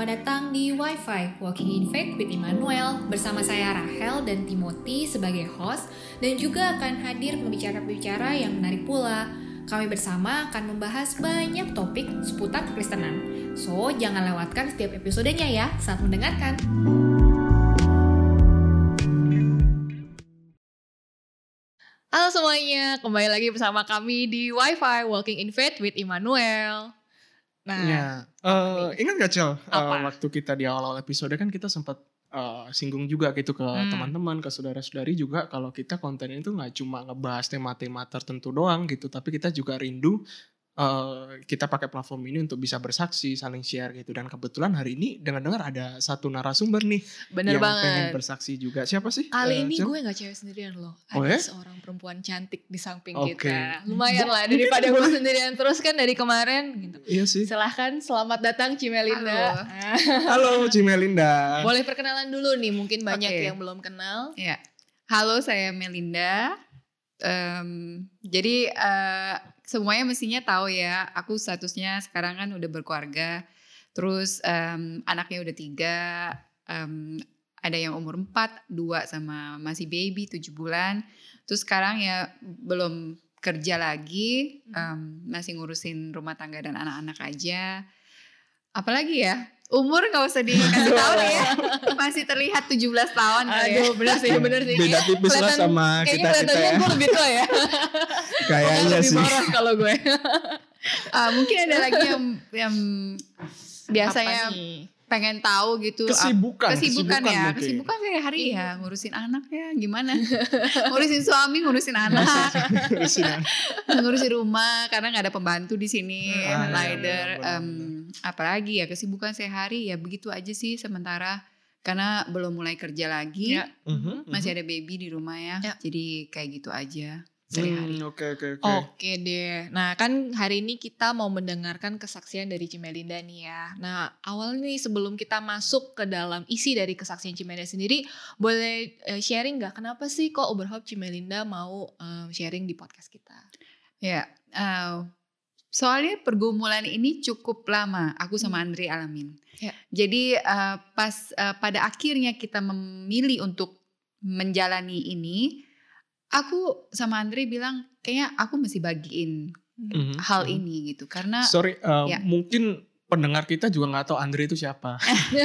selamat datang di Wi-Fi Walking in Faith with Immanuel. Bersama saya Rahel dan Timothy sebagai host, dan juga akan hadir pembicara-pembicara yang menarik pula. Kami bersama akan membahas banyak topik seputar kekristenan. So, jangan lewatkan setiap episodenya ya. Selamat mendengarkan. Halo semuanya, kembali lagi bersama kami di Wi-Fi Walking in Faith with Immanuel. Nah, ingat gak Cel, waktu kita di awal-awal episode kan kita sempat singgung juga gitu ke teman-teman, ke saudara-saudari juga kalau kita kontennya itu gak cuma ngebahas tema-tema tertentu doang gitu, tapi kita juga rindu kita pakai platform ini untuk bisa bersaksi, saling share gitu. Dan kebetulan hari ini dengar-dengar ada satu narasumber nih. Bener yang banget. pengen bersaksi juga. Siapa sih? Kali ini Cel? gue gak cewek sendirian loh. Ada seorang perempuan cantik di samping Oke. kita. Lumayan lah daripada gue sendirian terus kan dari kemarin gitu. Iya sih. Silahkan selamat datang Cimelinda. Halo Cimelinda. Boleh perkenalan dulu nih, mungkin banyak Oke. yang belum kenal. Ya, halo saya Melinda. Jadi semuanya mestinya tahu ya, aku statusnya sekarang kan udah berkeluarga. Terus anaknya udah 3, ada yang umur 4, 2 sama masih baby 7 bulan. Terus sekarang ya belum kerja lagi, masih ngurusin rumah tangga dan anak-anak aja. Apalagi ya? Umur gak usah dikasih tahu ya. Masih terlihat 17 tahun kali ya. Aduh, bener sih. Beda tipis lah sama kayaknya kita-kita kelihatannya ya. gue lebih tua ya. Kayaknya Lebih sih. marah kalau gue. Mungkin ada lagi yang biasanya Apa nih? pengen tahu gitu. Kesibukan Ya. mungkin. Kesibukan sehari-hari ya. Ngurusin anak ya gimana. Ngurusin suami, ngurusin anak. Ngurusin rumah karena gak ada pembantu di sini. Rider. Apalagi ya kesibukan sehari ya begitu aja sih sementara. Karena belum mulai kerja lagi. Ya. Masih ada baby di rumah ya. Ya. Jadi kayak gitu aja sehari-hari. Oke. Oke deh. Nah kan hari ini kita mau mendengarkan kesaksian dari Cimelinda nih ya. Nah awal nih sebelum kita masuk ke dalam isi dari kesaksian Cimelinda sendiri, boleh sharing gak kenapa sih kok Uberhop Cimelinda mau sharing di podcast kita? Ya, soalnya pergumulan ini cukup lama aku sama Andre alamin. Ya. Jadi pas pada akhirnya kita memilih untuk menjalani ini, aku sama Andre bilang kayaknya aku mesti bagiin hal ini gitu karena Sorry, ya. mungkin pendengar kita juga nggak tahu Andre itu siapa.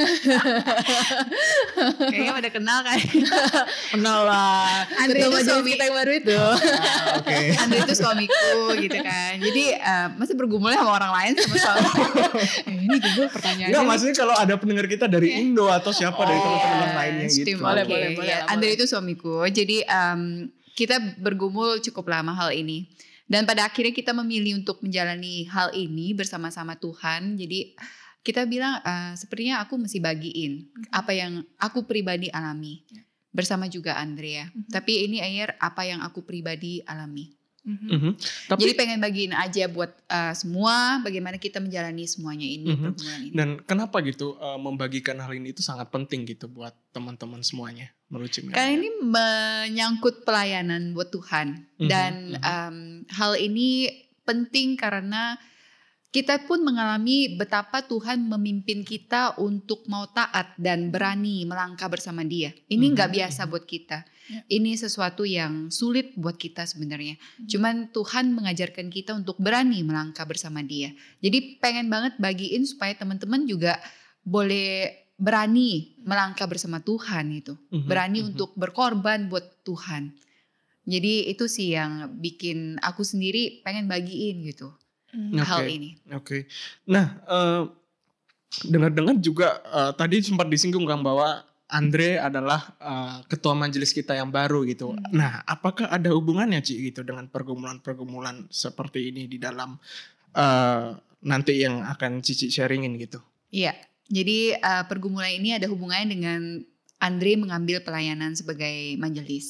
kayaknya udah kenal kan. Kenal lah. Andre itu suami kita yang baru itu. Oke. Andre itu suamiku gitu kan. Jadi masih bergumulnya sama orang lain sama suami. Ini juga pertanyaannya. Enggak, maksudnya kalau ada pendengar kita dari Indo atau siapa dari teman-teman lainnya gitu. Boleh. Ya, lah, Andre boleh. itu suamiku. Jadi kita bergumul cukup lama hal ini. Dan pada akhirnya kita memilih untuk menjalani hal ini bersama-sama Tuhan. Jadi kita bilang sepertinya aku mesti bagiin apa yang aku pribadi alami. Bersama juga Andrea. Tapi ini apa yang aku pribadi alami. Tapi Jadi pengen bagiin aja buat semua bagaimana kita menjalani semuanya ini, pergumulan ini. dan kenapa gitu membagikan hal ini itu sangat penting gitu buat teman-teman semuanya menurut Cimelinda? Karena ini menyangkut pelayanan buat Tuhan. Dan hal ini penting karena kita pun mengalami betapa Tuhan memimpin kita untuk mau taat dan berani melangkah bersama Dia. Ini gak biasa buat kita. Ini sesuatu yang sulit buat kita sebenarnya. Cuman Tuhan mengajarkan kita untuk berani melangkah bersama Dia. Jadi pengen banget bagiin supaya teman-teman juga boleh berani melangkah bersama Tuhan itu. Berani untuk berkorban buat Tuhan. Jadi itu sih yang bikin aku sendiri pengen bagiin gitu. Hal ini. Oke. Nah, dengar-dengar juga tadi sempat disinggung Kang bahwa Andre adalah ketua majelis kita yang baru gitu. Nah, apakah ada hubungannya Ci gitu dengan pergumulan-pergumulan seperti ini di dalam nanti yang akan Cici sharingin gitu? Iya. Jadi pergumulan ini ada hubungannya dengan Andre mengambil pelayanan sebagai majelis.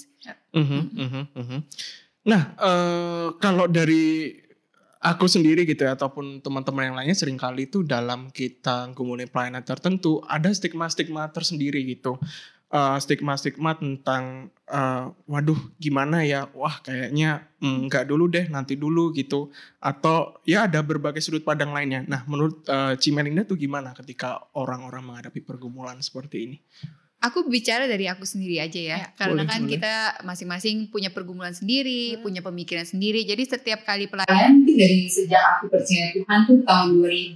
Nah, kalau dari aku sendiri gitu ya, ataupun teman-teman yang lainnya seringkali itu dalam kita ngomongin pelayanan tertentu ada stigma-stigma tersendiri gitu. stigma-stigma tentang waduh gimana ya, wah kayaknya nggak dulu deh, nanti dulu gitu, atau ya ada berbagai sudut pandang lainnya. Nah menurut Ci Melinda tuh gimana ketika orang-orang menghadapi pergumulan seperti ini? Aku bicara dari aku sendiri aja ya, karena boleh, kan boleh. kita masing-masing punya pergumulan sendiri, punya pemikiran sendiri. Jadi setiap kali pelayanan dari sejak aku percaya Tuhan tuh tahun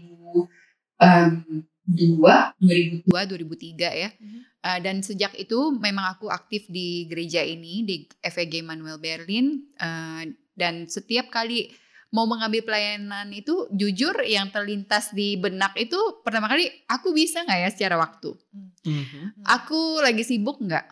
2002, 2003 ya. Dan sejak itu memang aku aktif di gereja ini, di FEG Emmanuel Berlin. Dan setiap kali mau mengambil pelayanan itu, jujur yang terlintas di benak itu pertama kali, aku bisa gak ya secara waktu? Aku lagi sibuk gak?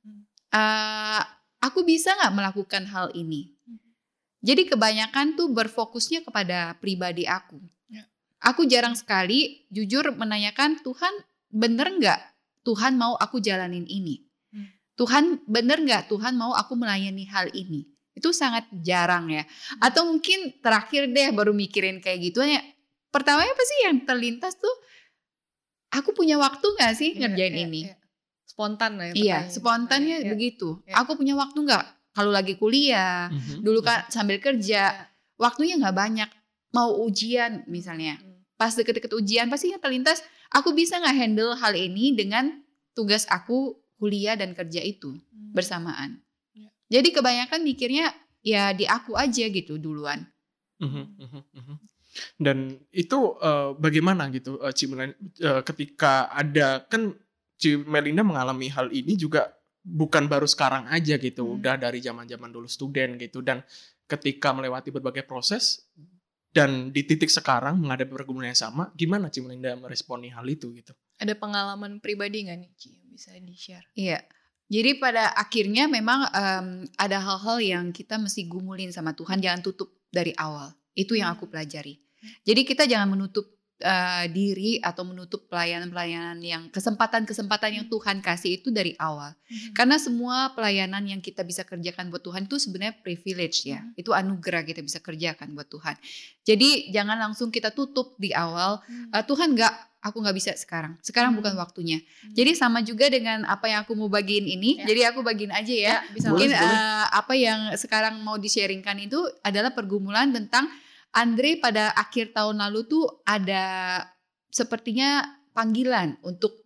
Aku bisa gak melakukan hal ini? Jadi kebanyakan tuh berfokusnya kepada pribadi aku. Aku jarang sekali jujur menanyakan, Tuhan bener gak Tuhan mau aku jalanin ini? Tuhan bener gak Tuhan mau aku melayani hal ini? Itu sangat jarang ya. Atau mungkin terakhir deh baru mikirin kayak gitu. Pertamanya apa sih yang terlintas tuh, aku punya waktu gak sih ngerjain ini? Spontan lah ya. Iya, spontannya begitu. Aku punya waktu gak? Kalau lagi kuliah, dulu kan sambil kerja, waktunya gak banyak. Mau ujian misalnya, pas deket-deket ujian pasti yang terlintas, aku bisa gak handle hal ini dengan tugas aku kuliah dan kerja itu bersamaan. Jadi kebanyakan mikirnya ya di aku aja gitu duluan. Dan itu bagaimana gitu Ci Melinda, ketika ada kan Ci Melinda mengalami hal ini juga bukan baru sekarang aja gitu, udah dari zaman-zaman dulu student gitu, dan ketika melewati berbagai proses dan di titik sekarang menghadapi pergumulan yang sama, gimana Ci Melinda meresponi hal itu gitu? Ada pengalaman pribadi nggak nih Ci yang bisa di-share? Iya. Jadi pada akhirnya memang ada hal-hal yang kita mesti gumulin sama Tuhan, jangan tutup dari awal. Itu yang aku pelajari. Jadi kita jangan menutup diri atau menutup pelayanan-pelayanan yang kesempatan-kesempatan yang Tuhan kasih itu dari awal. Karena semua pelayanan yang kita bisa kerjakan buat Tuhan itu sebenarnya privilege ya. Itu anugerah kita bisa kerjakan buat Tuhan. Jadi jangan langsung kita tutup di awal. Tuhan aku nggak bisa sekarang. Sekarang bukan waktunya. Jadi sama juga dengan apa yang aku mau bagiin ini. Jadi aku bagiin aja ya. Mungkin apa yang sekarang mau di-sharingkan itu adalah pergumulan tentang Andre pada akhir tahun lalu tuh ada sepertinya panggilan untuk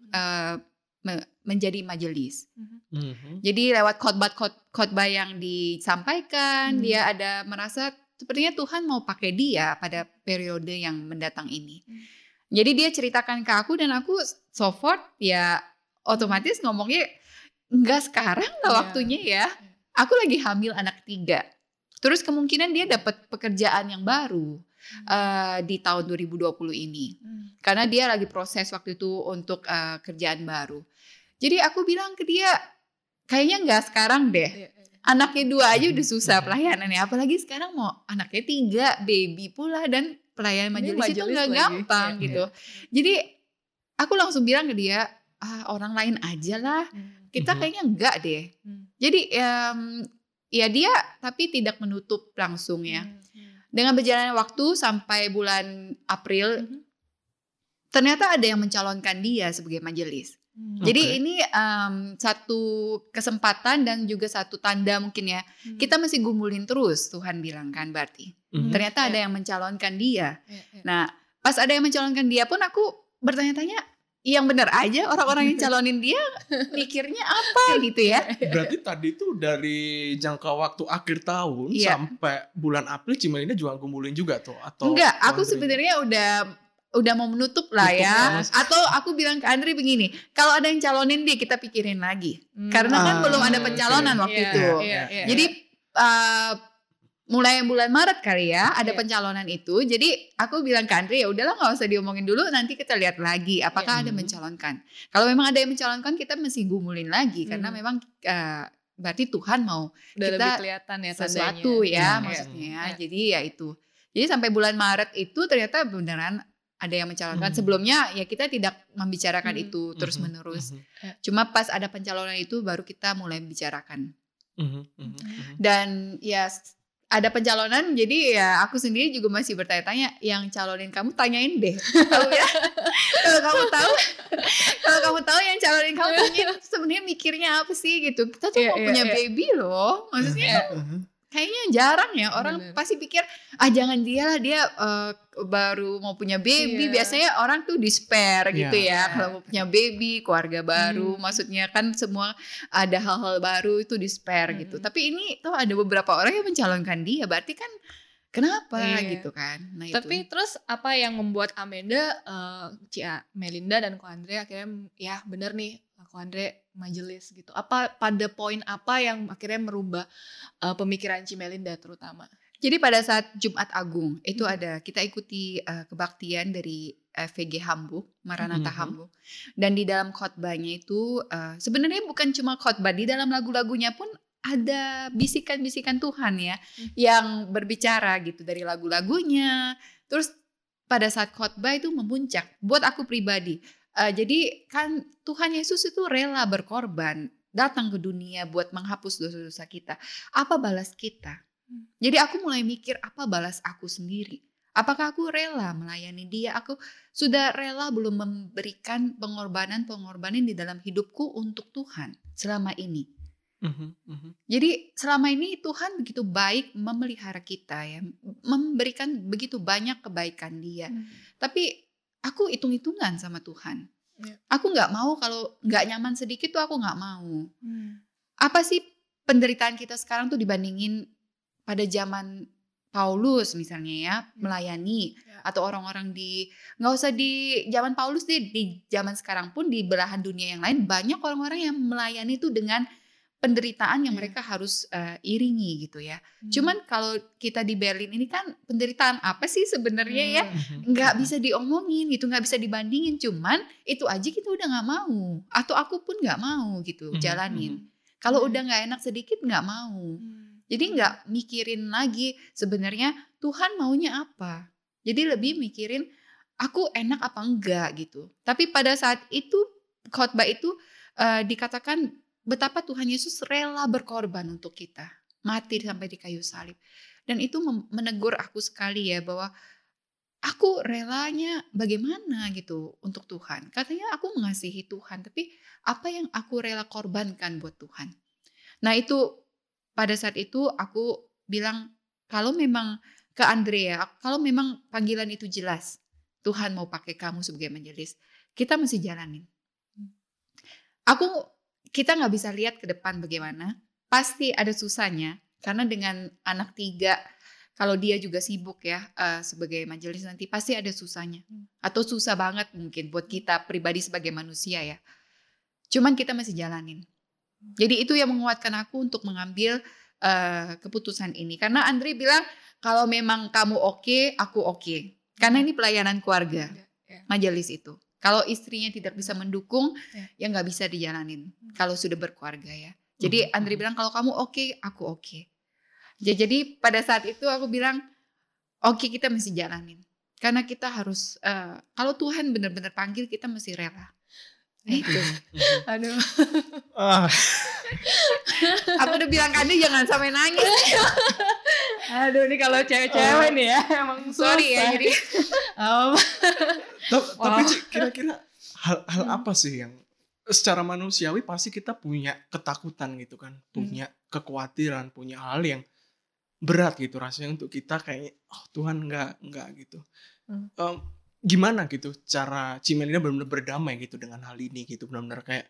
menjadi majelis. Jadi lewat khotbah yang disampaikan, dia ada merasa sepertinya Tuhan mau pakai dia pada periode yang mendatang ini. Jadi dia ceritakan ke aku dan aku so far ya otomatis ngomongnya enggak sekarang lah waktunya ya. Aku lagi hamil anak 3. Terus kemungkinan dia dapat pekerjaan yang baru di tahun 2020 ini. Karena dia lagi proses waktu itu untuk kerjaan baru. Jadi aku bilang ke dia, kayaknya nggak sekarang deh. Anaknya 2 aja udah susah pelayanannya. Apalagi sekarang mau anaknya 3, baby pula, dan pelayanan majelis itu nggak gampang gitu. Jadi aku langsung bilang ke dia, orang lain aja lah. Kita kayaknya enggak deh. Jadi ya dia tapi tidak menutup langsung ya. Dengan berjalannya waktu sampai bulan April, ternyata ada yang mencalonkan dia sebagai majelis. Jadi ini satu kesempatan dan juga satu tanda mungkin ya. Kita mesti gumulin terus, Tuhan bilang kan berarti. Ternyata ada yang mencalonkan dia. Nah pas ada yang mencalonkan dia pun aku bertanya-tanya, yang benar aja orang-orang yang calonin dia mikirnya apa gitu ya. Berarti tadi tuh dari jangka waktu akhir tahun sampai bulan April Ci Melinda juga gumulin juga tuh atau enggak, aku sebenarnya udah mau menutup lah ya. Atau aku bilang ke Andri begini, kalau ada yang calonin dia kita pikirin lagi. Karena kan belum ada pencalonan waktu itu. Jadi mulai bulan Maret kali ya ada pencalonan itu. Jadi aku bilang ke Andre, ya udahlah nggak usah diomongin dulu, nanti kita lihat lagi apakah ada mencalonkan. Kalau memang ada yang mencalonkan kita mesti gumulin lagi karena memang berarti Tuhan mau udah kita lebih kelihatan ya sesuatu ya maksudnya. Jadi ya itu. Jadi sampai bulan Maret itu ternyata beneran ada yang mencalonkan. Sebelumnya ya kita tidak membicarakan itu terus menerus. Cuma pas ada pencalonan itu baru kita mulai membicarakan. Dan ya ada pencalonan, jadi ya aku sendiri juga masih bertanya-tanya, yang calonin kamu tanyain deh. Kalau kamu tahu yang calonin kamu tanyain sebenarnya mikirnya apa sih gitu. Kita tuh mau punya baby loh, maksudnya kayaknya jarang ya orang pasti pikir jangan dia baru mau punya baby. Biasanya orang tuh despair gitu ya kalau mau punya baby, keluarga baru, maksudnya kan semua ada hal-hal baru itu despair gitu. Tapi ini tuh ada beberapa orang yang mencalonkan dia, berarti kan kenapa gitu kan. Nah, tapi itu. Terus apa yang membuat Amanda, Cia Melinda dan Ko Andre akhirnya ya bener nih Ko Andre majelis gitu. Pada poin apa yang akhirnya merubah pemikiran Ci Melinda terutama? Jadi pada saat Jumat Agung itu kita ikuti kebaktian dari FVG Hamburg, Maranatha Hamburg. Dan di dalam khotbahnya itu sebenarnya bukan cuma khotbah, di dalam lagu-lagunya pun ada bisikan-bisikan Tuhan ya yang berbicara gitu dari lagu-lagunya. Terus pada saat khotbah itu memuncak buat aku pribadi. Jadi kan Tuhan Yesus itu rela berkorban datang ke dunia buat menghapus dosa-dosa kita. Apa balas kita? Jadi aku mulai mikir, apa balas aku sendiri? Apakah aku rela melayani dia? Aku sudah rela belum memberikan pengorbanan di dalam hidupku untuk Tuhan selama ini? Jadi selama ini Tuhan begitu baik memelihara kita ya, memberikan begitu banyak kebaikan dia. Tapi aku hitung-hitungan sama Tuhan. Aku nggak mau kalau nggak nyaman sedikit tuh aku nggak mau. Apa sih penderitaan kita sekarang tuh dibandingin pada zaman Paulus misalnya ya, melayani atau orang-orang nggak usah di zaman Paulus deh, di zaman sekarang pun di belahan dunia yang lain banyak orang-orang yang melayani itu dengan penderitaan yang mereka harus iringi gitu ya. Cuman kalau kita di Berlin ini kan penderitaan apa sih sebenarnya ya, nggak bisa diomongin gitu, nggak bisa dibandingin. Cuman itu aja kita udah nggak mau, atau aku pun nggak mau gitu jalanin. Kalau udah nggak enak sedikit nggak mau. Jadi nggak mikirin lagi sebenarnya Tuhan maunya apa. Jadi lebih mikirin aku enak apa enggak gitu. Tapi pada saat itu khotbah itu dikatakan betapa Tuhan Yesus rela berkorban untuk kita. Mati sampai di kayu salib. Dan itu menegur aku sekali ya bahwa aku relanya bagaimana gitu untuk Tuhan. Katanya aku mengasihi Tuhan. Tapi apa yang aku rela korbankan buat Tuhan. Nah itu pada saat itu aku bilang kalau memang ke Andrea, kalau memang panggilan itu jelas. Tuhan mau pakai kamu sebagai majelis. Kita mesti jalanin. Kita gak bisa lihat ke depan bagaimana. Pasti ada susahnya. Karena dengan anak 3, kalau dia juga sibuk ya sebagai majelis nanti, pasti ada susahnya. Atau susah banget mungkin buat kita pribadi sebagai manusia ya. Cuman kita masih jalanin. Jadi itu yang menguatkan aku untuk mengambil keputusan ini. Karena Andre bilang, kalau memang kamu oke, aku oke. Karena ini pelayanan keluarga, majelis itu. Kalau istrinya tidak bisa mendukung, ya nggak bisa dijalanin. Kalau sudah berkeluarga ya. Jadi Andre bilang kalau kamu oke, aku oke. Jadi pada saat itu aku bilang, oke, kita mesti jalanin. Karena kita harus, kalau Tuhan benar-benar panggil, kita mesti rela. Itu. Aduh. Aku udah bilang kan jangan sampai nangis. Aduh, ini kalau cewek-cewek nih ya emang sorry ya jadi. Tapi kira-kira hal apa sih yang secara manusiawi pasti kita punya ketakutan gitu kan, punya kekhawatiran, punya hal yang berat gitu rasanya untuk kita kayak Tuhan enggak gitu. Gimana gitu cara Ci Melinda benar-benar berdamai gitu dengan hal ini gitu, benar-benar kayak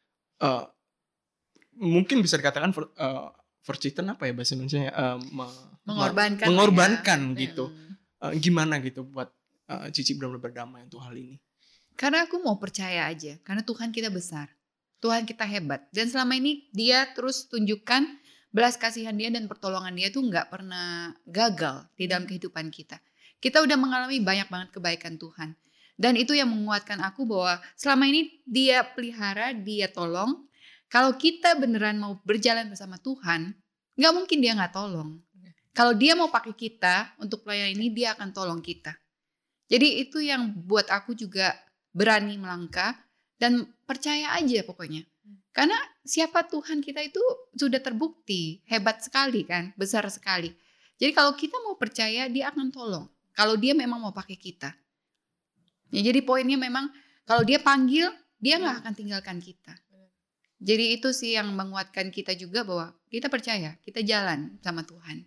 mungkin bisa dikatakan verzichten apa ya bahasa Indonesia mengorbankan ya. Gitu. Gimana gitu buat Cici benar-benar berdamai untuk hal ini? Karena aku mau percaya aja, karena Tuhan kita besar, Tuhan kita hebat, dan selama ini Dia terus tunjukkan belas kasihan Dia dan pertolongan Dia tuh nggak pernah gagal di dalam kehidupan kita. Kita udah mengalami banyak banget kebaikan Tuhan. Dan itu yang menguatkan aku bahwa selama ini Dia pelihara, Dia tolong. Kalau kita beneran mau berjalan bersama Tuhan, gak mungkin Dia gak tolong. Kalau Dia mau pakai kita untuk pelayanan ini, Dia akan tolong kita. Jadi itu yang buat aku juga berani melangkah dan percaya aja pokoknya. Karena siapa Tuhan kita itu sudah terbukti, hebat sekali kan, besar sekali. Jadi kalau kita mau percaya, dia akan tolong. Kalau dia memang mau pakai kita. Ya, jadi poinnya memang kalau dia panggil, dia nggak akan tinggalkan kita. Jadi itu sih yang menguatkan kita juga bahwa kita percaya, kita jalan sama Tuhan.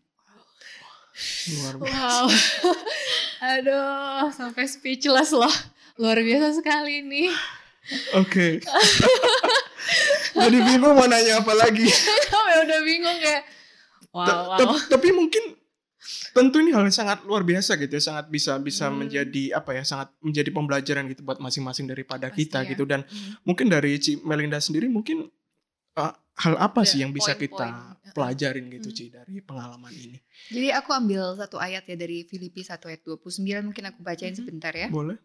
Wow. Aduh, sampai speechless loh. Luar biasa sekali nih. Oke. Jadi bingung mau nanya apa lagi. Udah bingung kayak. Wow. Tapi mungkin tentu ini hal yang sangat luar biasa gitu ya, sangat bisa menjadi sangat menjadi pembelajaran gitu buat masing-masing daripada pasti kita ya. gitu. Dan mungkin dari Ci Melinda sendiri mungkin hal apa sih yang bisa poin-poin. kita pelajarin gitu Ci dari pengalaman ini? Jadi aku ambil satu ayat ya dari Filipi 1 ayat 29, mungkin aku bacain sebentar ya. Boleh.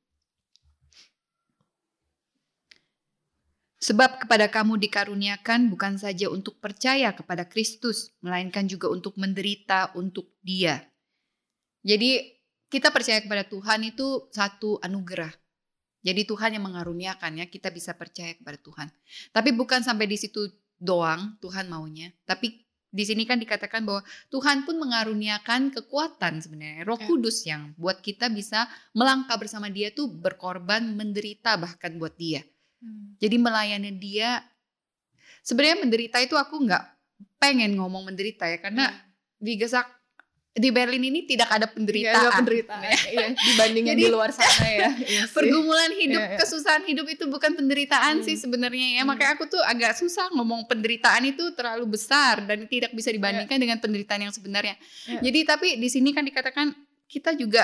Sebab kepada kamu dikaruniakan bukan saja untuk percaya kepada Kristus, melainkan juga untuk menderita untuk Dia. Jadi kita percaya kepada Tuhan itu satu anugerah. Jadi Tuhan yang mengaruniakan ya, kita bisa percaya kepada Tuhan. Tapi bukan sampai di situ doang Tuhan maunya. Tapi di sini kan dikatakan bahwa Tuhan pun mengaruniakan kekuatan sebenarnya. Roh Kudus yang buat kita bisa melangkah bersama Dia tuh berkorban, menderita bahkan buat Dia. Jadi melayani Dia. Sebenarnya menderita itu aku nggak pengen ngomong menderita ya, karena di Berlin ini tidak ada penderitaan. Ya, dibandingin di luar sana ya. Pergumulan hidup, kesusahan hidup itu bukan penderitaan sih sebenarnya ya. Makanya aku tuh agak susah ngomong penderitaan itu terlalu besar dan tidak bisa dibandingkan dengan penderitaan yang sebenarnya. Jadi tapi di sini kan dikatakan kita juga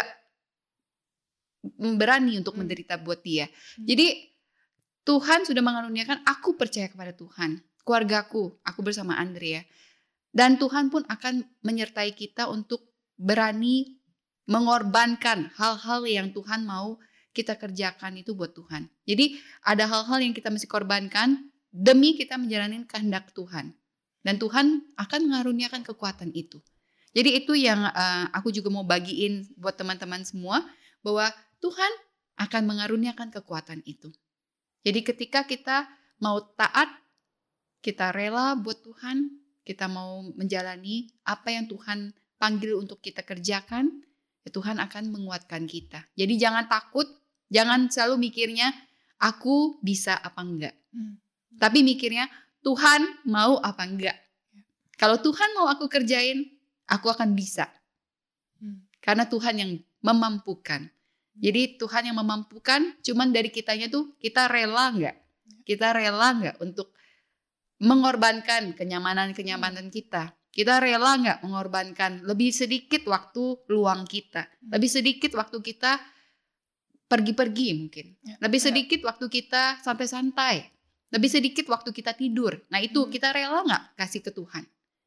berani untuk menderita buat Dia. Jadi Tuhan sudah mengaruniakan, aku percaya kepada Tuhan, keluargaku, aku bersama Andrea. Dan Tuhan pun akan menyertai kita untuk berani mengorbankan hal-hal yang Tuhan mau kita kerjakan itu buat Tuhan. Jadi ada hal-hal yang kita mesti korbankan demi kita menjalani kehendak Tuhan. Dan Tuhan akan mengaruniakan kekuatan itu. Jadi itu yang aku juga mau bagiin buat teman-teman semua, bahwa Tuhan akan mengaruniakan kekuatan itu. Jadi ketika kita mau taat, kita rela buat Tuhan, kita mau menjalani apa yang Tuhan panggil untuk kita kerjakan, ya Tuhan akan menguatkan kita. Jadi jangan takut, jangan selalu mikirnya aku bisa apa enggak. Tapi mikirnya Tuhan mau apa enggak. Kalau Tuhan mau aku kerjain, aku akan bisa. Karena Tuhan yang memampukan. Jadi Tuhan yang memampukan, cuman dari kitanya tuh kita rela enggak? Kita rela enggak untuk mengorbankan kenyamanan kita? Kita rela nggak mengorbankan lebih sedikit waktu luang kita, lebih sedikit waktu kita pergi-pergi mungkin, lebih sedikit waktu kita santai-santai, lebih sedikit waktu kita tidur. Nah itu kita rela nggak kasih ke Tuhan?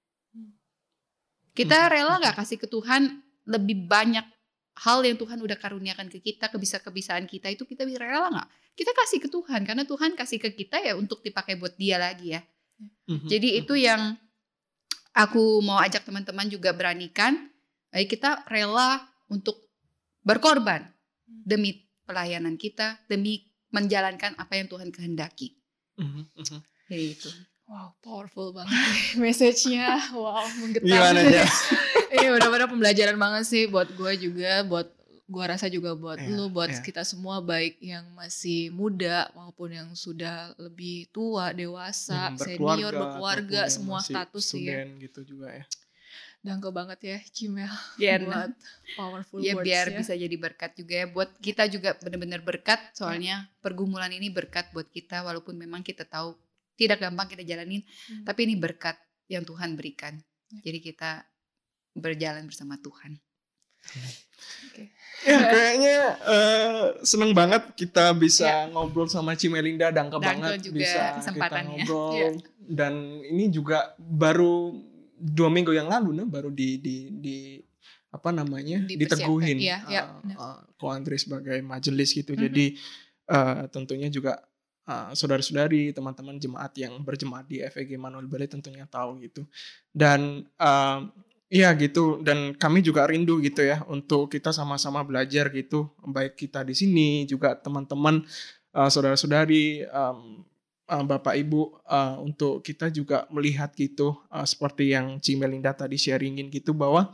Kita rela nggak kasih ke Tuhan lebih banyak hal yang Tuhan udah karuniakan ke kita, kebisaan kita itu kita rela nggak? Kita kasih ke Tuhan karena Tuhan kasih ke kita ya untuk dipakai buat Dia lagi ya. Jadi itu yang aku mau ajak teman-teman juga beranikan. Kita rela untuk berkorban demi pelayanan kita, demi menjalankan apa yang Tuhan kehendaki. Jadi itu. Wow, powerful banget message-nya. Wow, menggetar. Gimana ya? Ini benar-benar pembelajaran banget sih buat gue juga, buat gue rasa juga buat lu, buat kita semua, baik yang masih muda maupun yang sudah lebih tua, dewasa, senior, berkeluarga, semua status sih ya. Gitu juga ya. Dangke banget ya Cimel buat powerful ya, words biar ya. Bisa jadi berkat juga ya buat kita juga, benar-benar berkat. Soalnya pergumulan ini berkat buat kita, walaupun memang kita tahu tidak gampang kita jalanin, tapi ini berkat yang Tuhan berikan. Jadi kita berjalan bersama Tuhan. Ya kayaknya seneng banget kita bisa ngobrol sama Ci Melinda, dangke banget juga bisa kita ngobrol. Dan ini juga baru 2 minggu yang lalu baru di apa namanya diteguhin Ko Andre sebagai majelis gitu. Jadi tentunya juga saudara-saudari, teman-teman jemaat yang berjemaat di FEG Immanuel Bali tentunya tahu gitu. Dan iya gitu, dan kami juga rindu gitu ya untuk kita sama-sama belajar gitu, baik kita di sini juga teman-teman saudara-saudari Bapak Ibu untuk kita juga melihat gitu seperti yang Ci Melinda tadi sharingin gitu bahwa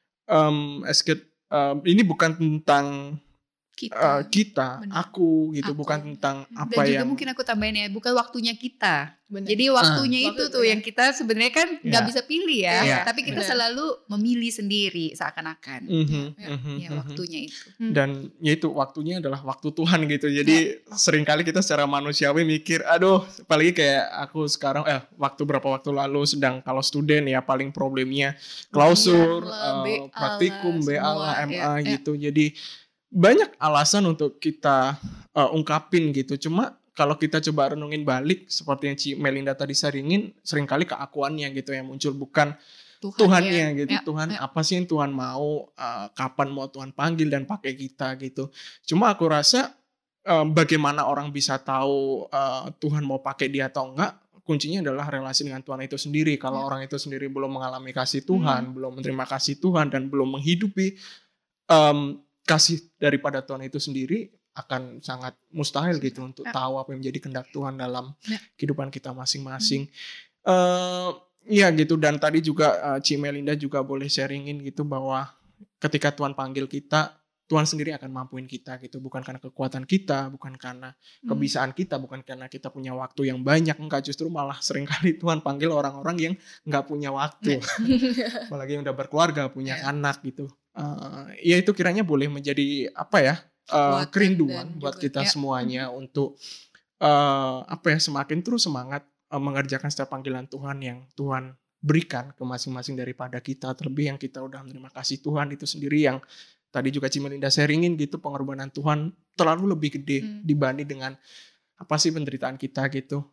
ini bukan tentang kita, aku gitu, bukan tentang apa dan juga yang mungkin aku tambahin ya, bukan waktunya kita. Bener. Jadi waktunya itu tuh yang kita sebenarnya kan nggak bisa pilih ya, tapi kita selalu memilih sendiri seakan-akan. Ya waktunya itu. Dan yaitu waktunya adalah waktu Tuhan gitu. Jadi seringkali kita secara manusiawi mikir, aduh, apalagi kayak aku sekarang beberapa waktu lalu sedang kalau student ya paling problemnya klausur, praktikum, BA, MA gitu. Jadi banyak alasan untuk kita ungkapin gitu. Cuma kalau kita coba renungin balik seperti yang Ci Melinda tadi sharingin, seringkali keakuannya gitu yang muncul, bukan Tuhannya gitu. Tuhan apa sih yang Tuhan mau, kapan mau Tuhan panggil dan pakai kita gitu. Cuma aku rasa bagaimana orang bisa tahu Tuhan mau pakai dia atau enggak, kuncinya adalah relasi dengan Tuhan itu sendiri. Kalau orang itu sendiri belum mengalami kasih Tuhan, belum menerima kasih Tuhan, dan belum menghidupi kasih daripada Tuhan itu sendiri, akan sangat mustahil gitu untuk tahu apa yang menjadi kehendak Tuhan dalam kehidupan kita masing-masing. Ya gitu. Dan tadi juga Ci Melinda juga boleh sharingin gitu bahwa ketika Tuhan panggil kita, Tuhan sendiri akan mampuin kita gitu. Bukan karena kekuatan kita, bukan karena kebisaan kita, bukan karena kita punya waktu yang banyak. Enggak, justru malah seringkali Tuhan panggil orang-orang yang enggak punya waktu. Apalagi yang udah berkeluarga, punya anak gitu. Ya itu kiranya boleh menjadi kerinduan buat kita semuanya untuk semakin terus semangat mengerjakan setiap panggilan Tuhan yang Tuhan berikan ke masing-masing daripada kita. Terlebih yang kita udah menerima kasih Tuhan itu sendiri, yang tadi juga Ci Melinda sharingin gitu, pengorbanan Tuhan terlalu lebih gede dibanding dengan apa sih penderitaan kita gitu.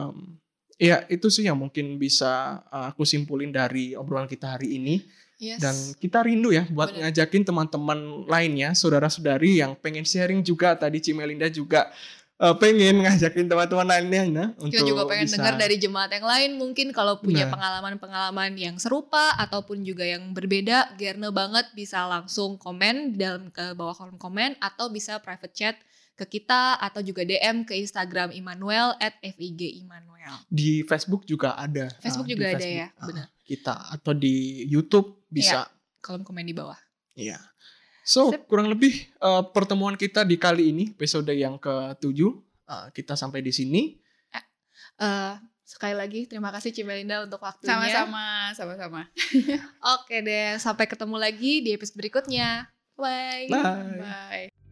Ya itu sih yang mungkin bisa aku simpulin dari obrolan kita hari ini. Dan kita rindu ya buat ngajakin teman-teman lainnya, saudara-saudari yang pengen sharing juga. Tadi Ci Melinda juga pengen ngajakin teman-teman lainnya untuk kita juga pengen dengar dari jemaat yang lain, mungkin kalau punya pengalaman-pengalaman yang serupa ataupun juga yang berbeda, gerne banget bisa langsung komen ke bawah kolom komen, atau bisa private chat ke kita, atau juga DM ke Instagram Immanuel @FIG_Immanuel. Di Facebook juga ada. Facebook juga ada ya, benar. Kita atau di YouTube bisa. Kolom komen di bawah. Iya. So kurang lebih pertemuan kita di kali ini, episode yang ke-7, kita sampai di sini. Sekali lagi terima kasih Ci Melinda untuk waktunya. Sama-sama. Oke deh, sampai ketemu lagi di episode berikutnya. Bye. Bye.